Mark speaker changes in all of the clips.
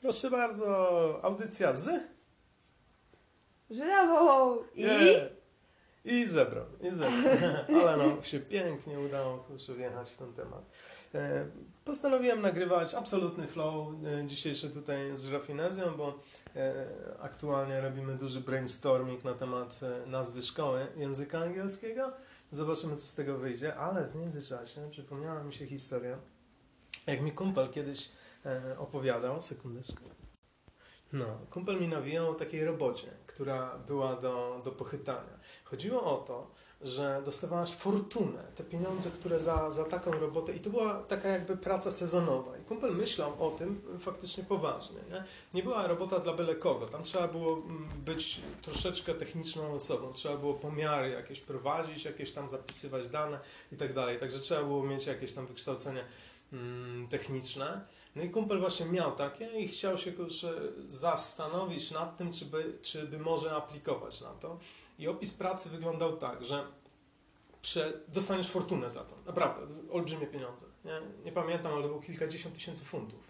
Speaker 1: Proszę bardzo, audycja z
Speaker 2: Żrawą
Speaker 1: i zebrał. Ale nam się pięknie udało wjechać w ten temat. Postanowiłem nagrywać absolutny flow dzisiejszy tutaj z Rafinezją, bo aktualnie robimy duży brainstorming na temat nazwy szkoły języka angielskiego. Zobaczymy, co z tego wyjdzie, ale w międzyczasie przypomniała mi się historia, jak mi kumpel kiedyś opowiadał, sekundeczkę. Kumpel mi nawijał o takiej robocie, która była do pochytania. Chodziło o to, że dostawałaś fortunę, te pieniądze, które za taką robotę, i to była taka jakby praca sezonowa. I kumpel myślał o tym faktycznie poważnie. Nie była robota dla byle kogo. Tam trzeba było być troszeczkę techniczną osobą. Trzeba było pomiary jakieś prowadzić, jakieś tam zapisywać dane i tak dalej. Także trzeba było mieć jakieś tam wykształcenie techniczne. No i kumpel właśnie miał takie i chciał się zastanowić nad tym, czy by może aplikować na to. I opis pracy wyglądał tak, że dostaniesz fortunę za to. Naprawdę, olbrzymie pieniądze. Nie pamiętam, ale było kilkadziesiąt tysięcy funtów.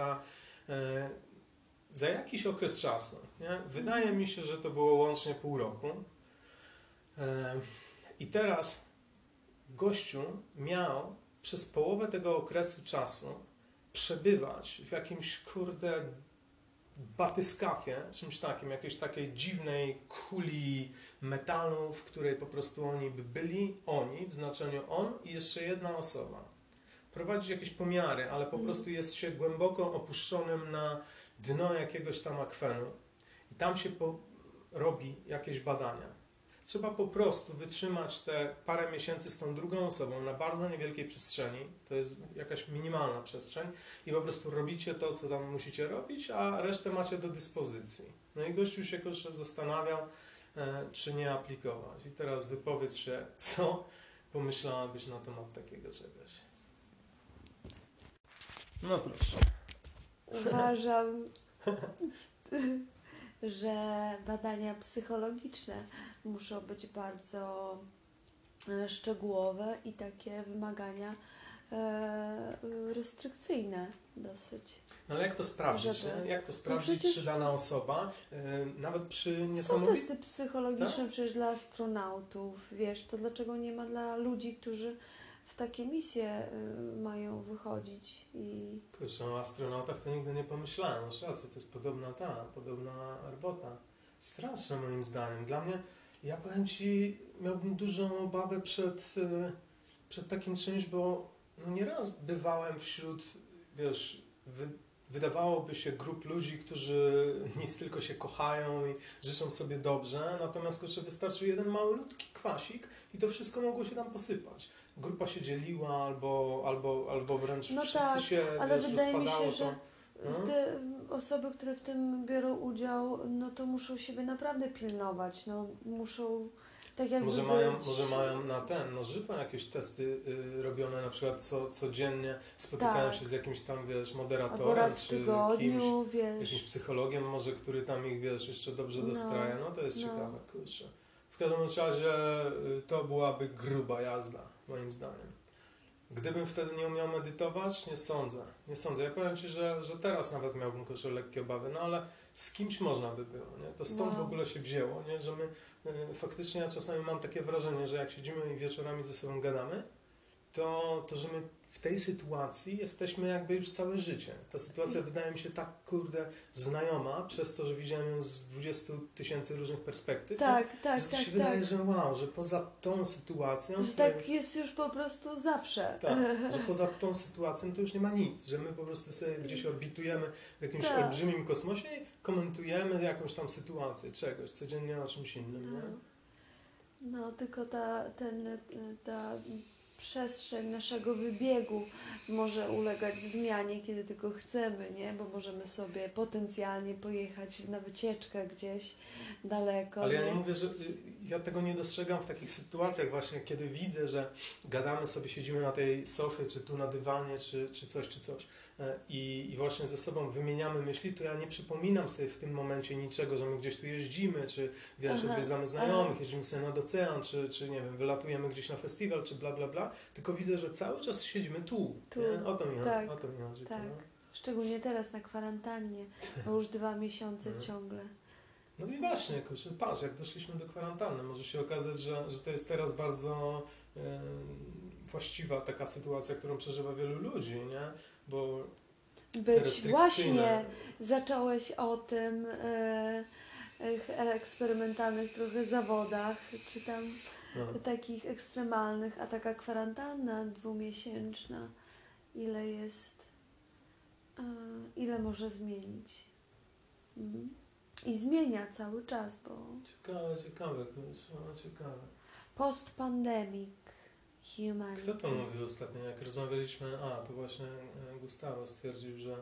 Speaker 1: Za jakiś okres czasu. Wydaje mi się, że to było łącznie pół roku. I teraz gościu miał przez połowę tego okresu czasu przebywać w jakimś, batyskafie, czymś takim, jakiejś takiej dziwnej kuli metalu, w której po prostu oni by byli, w znaczeniu on i jeszcze jedna osoba. Prowadzić jakieś pomiary, ale po prostu jest się głęboko opuszczonym na dno jakiegoś tam akwenu i tam się robi jakieś badania. Trzeba po prostu wytrzymać te parę miesięcy z tą drugą osobą na bardzo niewielkiej przestrzeni, to jest jakaś minimalna przestrzeń, i po prostu robicie to, co tam musicie robić, a resztę macie do dyspozycji. No i gościu się zastanawiał, czy nie aplikować. I teraz wypowiedz się, co pomyślałabyś na temat takiego czegoś? No proszę.
Speaker 2: Uważam, że badania psychologiczne muszą być bardzo szczegółowe i takie wymagania restrykcyjne dosyć.
Speaker 1: No ale jak to sprawdzić, Jak to sprawdzić,
Speaker 2: przecież
Speaker 1: czy dana osoba, nawet przy
Speaker 2: są
Speaker 1: niesamowitym...
Speaker 2: testy psychologiczne
Speaker 1: Tak?
Speaker 2: przecież dla astronautów, wiesz, to dlaczego nie ma dla ludzi, którzy w takie misje mają wychodzić i...
Speaker 1: Kurczę, o astronautach to nigdy nie pomyślałem. Masz rację, to jest podobna robota. Straszne moim zdaniem. Dla mnie, ja powiem Ci, miałbym dużą obawę przed takim czymś, bo nieraz bywałem wśród, wydawałoby się grup ludzi, którzy nic tylko się kochają i życzą sobie dobrze, natomiast wystarczy jeden malutki kwasik i to wszystko mogło się tam posypać. Grupa się dzieliła albo wręcz wszyscy się
Speaker 2: ale wydaje mi
Speaker 1: rozpadało.
Speaker 2: się, że te osoby, które w tym biorą udział, no to muszą siebie naprawdę pilnować, muszą tak jakby
Speaker 1: Może mają na żywo jakieś testy robione, na przykład codziennie spotykają się z jakimś tam, moderatorem,
Speaker 2: albo raz w
Speaker 1: czy
Speaker 2: tygodniu,
Speaker 1: jakimś psychologiem może, który tam ich, jeszcze dobrze dostraja. No to jest ciekawe, kurczę. W każdym razie to byłaby gruba jazda, moim zdaniem. Gdybym wtedy nie umiał medytować, nie sądzę. Ja powiem Ci, że teraz nawet miałbym lekkie obawy, ale z kimś można by było, nie? To stąd w ogóle się wzięło, nie? Że my faktycznie, ja czasami mam takie wrażenie, że jak siedzimy i wieczorami ze sobą gadamy, to że my w tej sytuacji jesteśmy jakby już całe życie. Ta sytuacja wydaje mi się tak, znajoma, przez to, że widziałem ją z 20 000 różnych perspektyw. Że to się wydaje, że że poza tą sytuacją...
Speaker 2: Że tak jest już po prostu zawsze.
Speaker 1: Tak, że poza tą sytuacją to już nie ma nic, że my po prostu sobie gdzieś orbitujemy w jakimś olbrzymim kosmosie i komentujemy jakąś tam sytuację, czegoś, codziennie o czymś innym, nie?
Speaker 2: No, tylko ta przestrzeń naszego wybiegu może ulegać zmianie, kiedy tylko chcemy, nie? Bo możemy sobie potencjalnie pojechać na wycieczkę gdzieś daleko.
Speaker 1: Ale ja nie mówię, że ja tego nie dostrzegam w takich sytuacjach właśnie, kiedy widzę, że gadamy sobie, siedzimy na tej sofie, czy tu na dywanie, czy coś. I właśnie ze sobą wymieniamy myśli, to ja nie przypominam sobie w tym momencie niczego, że my gdzieś tu jeździmy, czy odwiedzamy znajomych, jeździmy sobie nad ocean, czy nie wiem, wylatujemy gdzieś na festiwal, czy bla, bla, bla, tylko widzę, że cały czas siedzimy tu. Nie? O to mi chodzi.
Speaker 2: Tak.
Speaker 1: No.
Speaker 2: Szczególnie teraz na kwarantannie, bo już 2 miesiące ciągle.
Speaker 1: No i właśnie, kurczę, patrz, jak doszliśmy do kwarantanny, może się okazać, że to jest teraz bardzo właściwa taka sytuacja, którą przeżywa wielu ludzi, nie? Bo te
Speaker 2: Być
Speaker 1: restrykcyjne...
Speaker 2: właśnie zacząłeś o tym eksperymentalnych trochę zawodach, czy tam takich ekstremalnych, a taka kwarantanna 2-miesięczna, ile jest, ile może zmienić. I zmienia cały czas, bo...
Speaker 1: Ciekawe, kurczę, ciekawe.
Speaker 2: Post-pandemic humanity.
Speaker 1: Kto to mówił ostatnio, jak rozmawialiśmy? To właśnie Gustavo stwierdził, że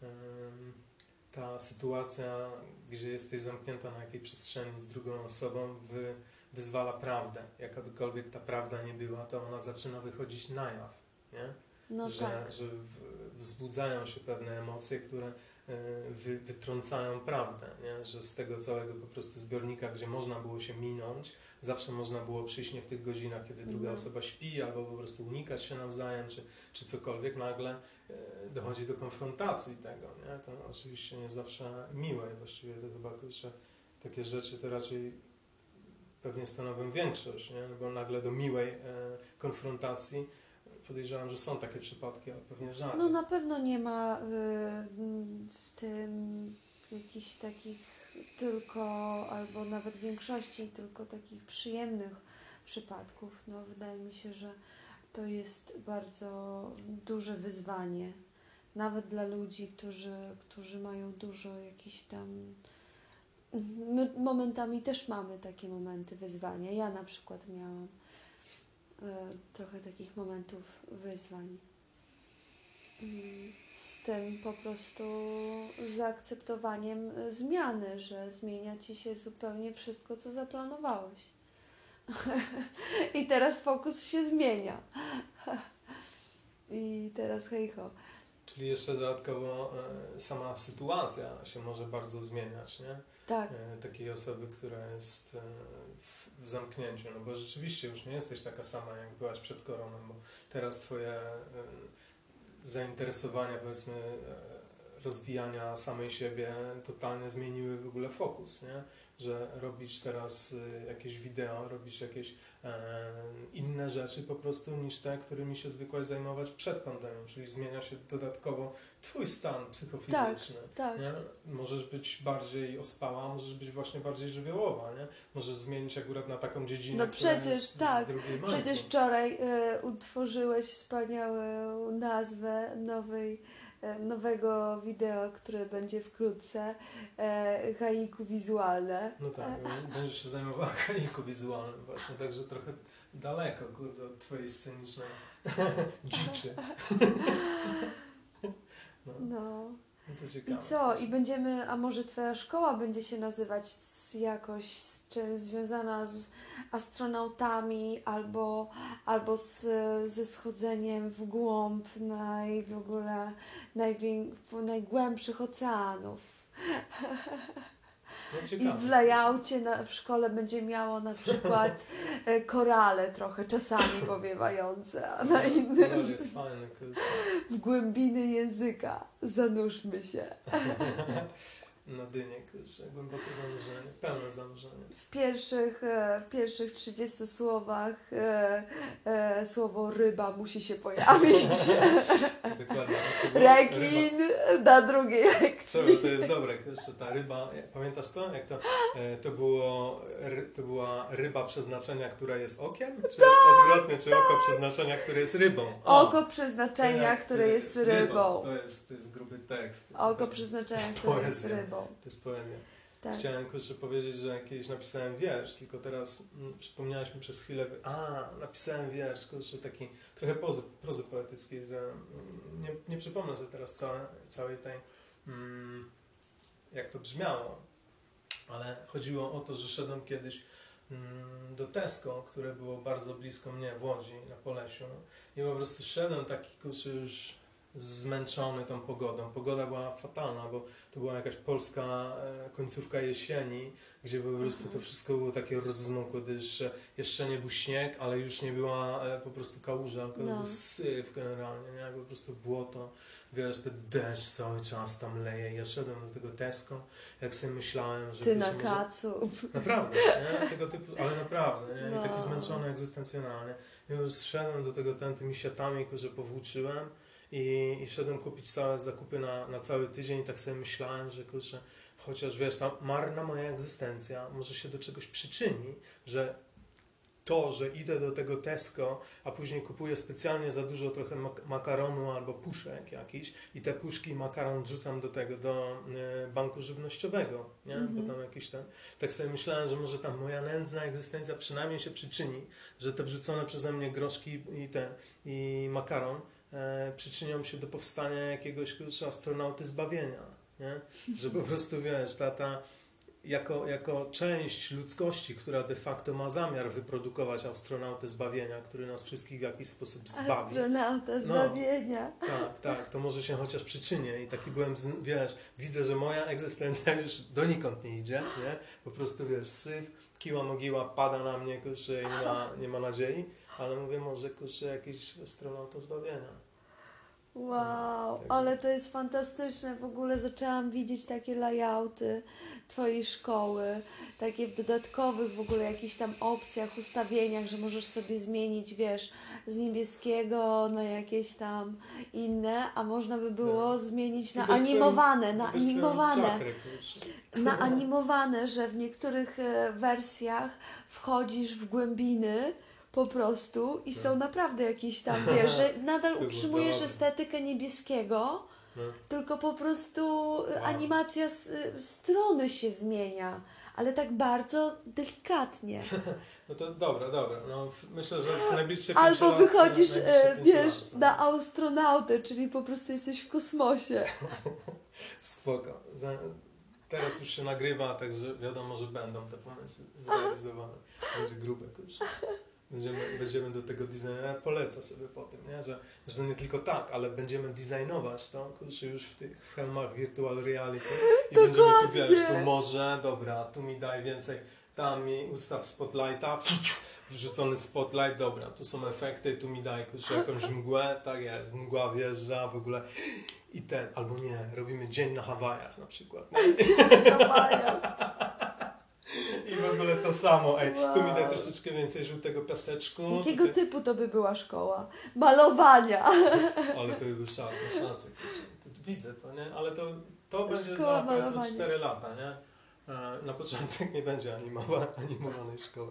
Speaker 1: ta sytuacja, gdzie jesteś zamknięta na jakiej przestrzeni z drugą osobą, wyzwala prawdę. Jakabykolwiek ta prawda nie była, to ona zaczyna wychodzić na jaw, nie?
Speaker 2: No tak.
Speaker 1: Że wzbudzają się pewne emocje, które wytrącają prawdę, nie? Że z tego całego po prostu zbiornika, gdzie można było się minąć, zawsze można było przyjść nie w tych godzinach, kiedy druga osoba śpi, albo po prostu unikać się nawzajem, czy cokolwiek, nagle dochodzi do konfrontacji tego, nie? To oczywiście nie zawsze miłe, właściwie to chyba takie rzeczy to raczej pewnie stanowią większość, nie? Bo nagle do miłej konfrontacji podejrzewam, że są takie przypadki, ale pewnie rzadziej.
Speaker 2: No na pewno nie ma w tym jakichś takich tylko, albo nawet w większości tylko takich przyjemnych przypadków. No wydaje mi się, że to jest bardzo duże wyzwanie. Nawet dla ludzi, którzy mają dużo jakichś tam... My momentami też mamy takie momenty wyzwania. Ja na przykład miałam trochę takich momentów wyzwań. Z tym po prostu zaakceptowaniem zmiany, że zmienia Ci się zupełnie wszystko, co zaplanowałeś. I teraz fokus się zmienia. I teraz hejho.
Speaker 1: Czyli jeszcze dodatkowo sama sytuacja się może bardzo zmieniać, nie?
Speaker 2: Tak.
Speaker 1: Takiej osoby, która jest w zamknięciu, no bo rzeczywiście już nie jesteś taka sama, jak byłaś przed koroną, bo teraz Twoje zainteresowania, powiedzmy, rozwijania samej siebie totalnie zmieniły w ogóle fokus, nie? Że robisz teraz jakieś wideo, robisz jakieś inne rzeczy po prostu niż te, którymi się zwykłaś zajmować przed pandemią, czyli zmienia się dodatkowo Twój stan psychofizyczny.
Speaker 2: Tak.
Speaker 1: Nie? Możesz być bardziej ospała, możesz być właśnie bardziej żywiołowa, nie? Możesz zmienić akurat na taką dziedzinę,
Speaker 2: No przecież
Speaker 1: jest
Speaker 2: tak,
Speaker 1: z drugiej mańki.
Speaker 2: przecież wczoraj utworzyłeś wspaniałą nazwę nowego wideo, które będzie wkrótce, haiku wizualne.
Speaker 1: No tak, będziesz się zajmowała haiku wizualnym właśnie, także trochę daleko, kurde, od Twojej scenicznej dziczy.
Speaker 2: No.
Speaker 1: To ciekawe.
Speaker 2: I co? I będziemy, a może Twoja szkoła będzie się nazywać jakoś związana z astronautami albo ze schodzeniem w głąb w ogóle najgłębszych oceanów.
Speaker 1: No,
Speaker 2: I w layoutie w szkole będzie miało na przykład korale trochę czasami powiewające, a na innym
Speaker 1: Koral jest fajny,
Speaker 2: w głębiny języka zanurzmy się.
Speaker 1: Na dynie, głębokie zanurzenie, pełne zanurzenie.
Speaker 2: W pierwszych 30 słowach słowo ryba musi się pojawić.
Speaker 1: Dokładnie.
Speaker 2: Rekin na drugiej lekcji.
Speaker 1: To jest dobre, ta ryba, pamiętasz to? Jak to była ryba przeznaczenia, która jest okiem? Czy odwrotnie, czy oko przeznaczenia, które jest rybą?
Speaker 2: Oko przeznaczenia, które jest rybą.
Speaker 1: To jest gruby tekst.
Speaker 2: Oko przeznaczenia, które jest rybą.
Speaker 1: To jest poezja.
Speaker 2: Tak.
Speaker 1: Chciałem powiedzieć, że kiedyś napisałem wiersz, tylko teraz przypomniałeś mi przez chwilę, napisałem wiersz, taki trochę prozy poetyckiej, że nie przypomnę sobie teraz całej tej, jak to brzmiało, ale chodziło o to, że szedłem kiedyś do Tesco, które było bardzo blisko mnie w Łodzi, na Polesiu, i po prostu szedłem taki już zmęczony tą pogodą. Pogoda była fatalna, bo to była jakaś polska końcówka jesieni, gdzie po prostu to wszystko było takie rozmokłe, jeszcze nie był śnieg, ale już nie była po prostu kałuża, tylko to był syf generalnie, nie? Po prostu błoto, wiesz, ten deszcz cały czas tam leje. Ja szedłem do tego Tesco, jak sobie myślałem, że...
Speaker 2: Ty na kacu.
Speaker 1: Naprawdę, nie? Tego typu, ale naprawdę, nie? I taki zmęczony egzystencjonalnie. Ja już szedłem do tego tymi siatami, że powłóczyłem i szedłem kupić całe zakupy na cały tydzień i tak sobie myślałem, że kurczę, chociaż wiesz, ta marna moja egzystencja może się do czegoś przyczyni, że to, że idę do tego Tesco, a później kupuję specjalnie za dużo trochę makaronu albo puszek jakiś i te puszki i makaron wrzucam do banku żywnościowego, nie? Bo tam jakiś ten... Tak sobie myślałem, że może ta moja nędzna egzystencja przynajmniej się przyczyni, że te wrzucone przeze mnie groszki i makaron przyczynią się do powstania jakiegoś astronauty zbawienia, nie? Że po prostu wiesz, jako część ludzkości, która de facto ma zamiar wyprodukować astronautę zbawienia, który nas wszystkich w jakiś sposób zbawi.
Speaker 2: Astronauta zbawienia.
Speaker 1: Tak, to może się chociaż przyczynię i taki byłem, wiesz, widzę, że moja egzystencja już donikąd nie idzie, nie? Po prostu, wiesz, syf, kiła mogiła pada na mnie, kurczę, i nie ma nadziei, ale mówię, może, kurczę, jakiś astronauta zbawienia.
Speaker 2: Wow, ale to jest fantastyczne. W ogóle zaczęłam widzieć takie layouty Twojej szkoły, takie w dodatkowych w ogóle jakichś tam opcjach, ustawieniach, że możesz sobie zmienić, wiesz, z niebieskiego na jakieś tam inne, a można by było zmienić na animowane, że w niektórych wersjach wchodzisz w głębiny po prostu i są naprawdę jakieś tam, wiesz, że nadal utrzymujesz estetykę niebieskiego, tylko po prostu animacja strony się zmienia, ale tak bardzo delikatnie.
Speaker 1: No to dobra. No, myślę, że w najbliższych
Speaker 2: albo wychodzisz, wiesz, na astronautę, czyli po prostu jesteś w kosmosie.
Speaker 1: Spoko. Teraz już się nagrywa, także wiadomo, że będą te pomysły zrealizowane. Będzie grube, kurczę. Będziemy do tego designera, polecę sobie po tym, nie? Że to nie tylko tak, ale będziemy designować to, kurczę, już w helmach virtual reality i będziemy tu, wiesz, tu morze, dobra, tu mi daj więcej, tam mi ustaw spotlighta, wrzucony spotlight, dobra, tu są efekty, tu mi daj, kurczę, jakąś mgłę, tak jest, mgła wjeżdża, w ogóle i albo nie, robimy dzień na Hawajach na przykład.
Speaker 2: Dzień na Hawajach.
Speaker 1: I w ogóle to samo, tu mi daj troszeczkę więcej żółtego piaseczku.
Speaker 2: Jakiego typu to by była szkoła? Malowania.
Speaker 1: Ale to by był szat, masz rację. Widzę to, nie? Ale to będzie za powiedzmy 4 lata, nie? Na początek nie będzie animowanej szkoły.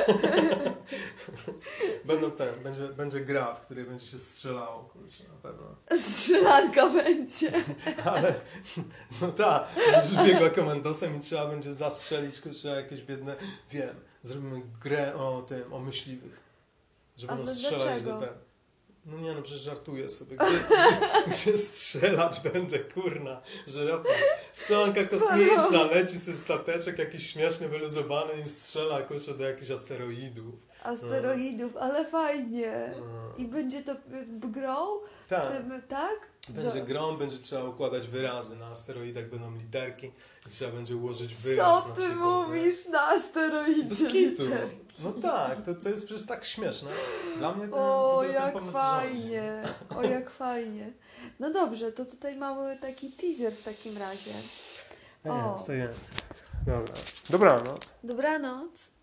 Speaker 1: Będzie gra, w której będzie się strzelało, kurczę, na pewno.
Speaker 2: Strzelanka będzie.
Speaker 1: Ale, no tak, będziesz biegła komandosem i trzeba będzie zastrzelić, kurczę, jakieś biedne, wiem, zrobimy grę o myśliwych. Że będą strzelać do tego. No nie, no przecież żartuję sobie. Gdzie strzelać będę, kurna, żyrafą. Strzelanka kosmiczna, leci sobie stateczek jakiś śmieszny, wyluzowany i strzela, kurczę, do jakichś asteroidów.
Speaker 2: Ale fajnie. I będzie to grą?
Speaker 1: Tak.
Speaker 2: Tak?
Speaker 1: Będzie grą, będzie trzeba układać wyrazy. Na asteroidach będą literki i trzeba będzie ułożyć wyraz.
Speaker 2: Co ty mówisz na asteroidzie?
Speaker 1: No tak, to jest przecież tak śmieszne. Dla mnie
Speaker 2: jak fajnie. O, jak fajnie. No dobrze, to tutaj mamy taki teaser w takim razie.
Speaker 1: To jest. Dobra. Dobranoc.
Speaker 2: Dobranoc.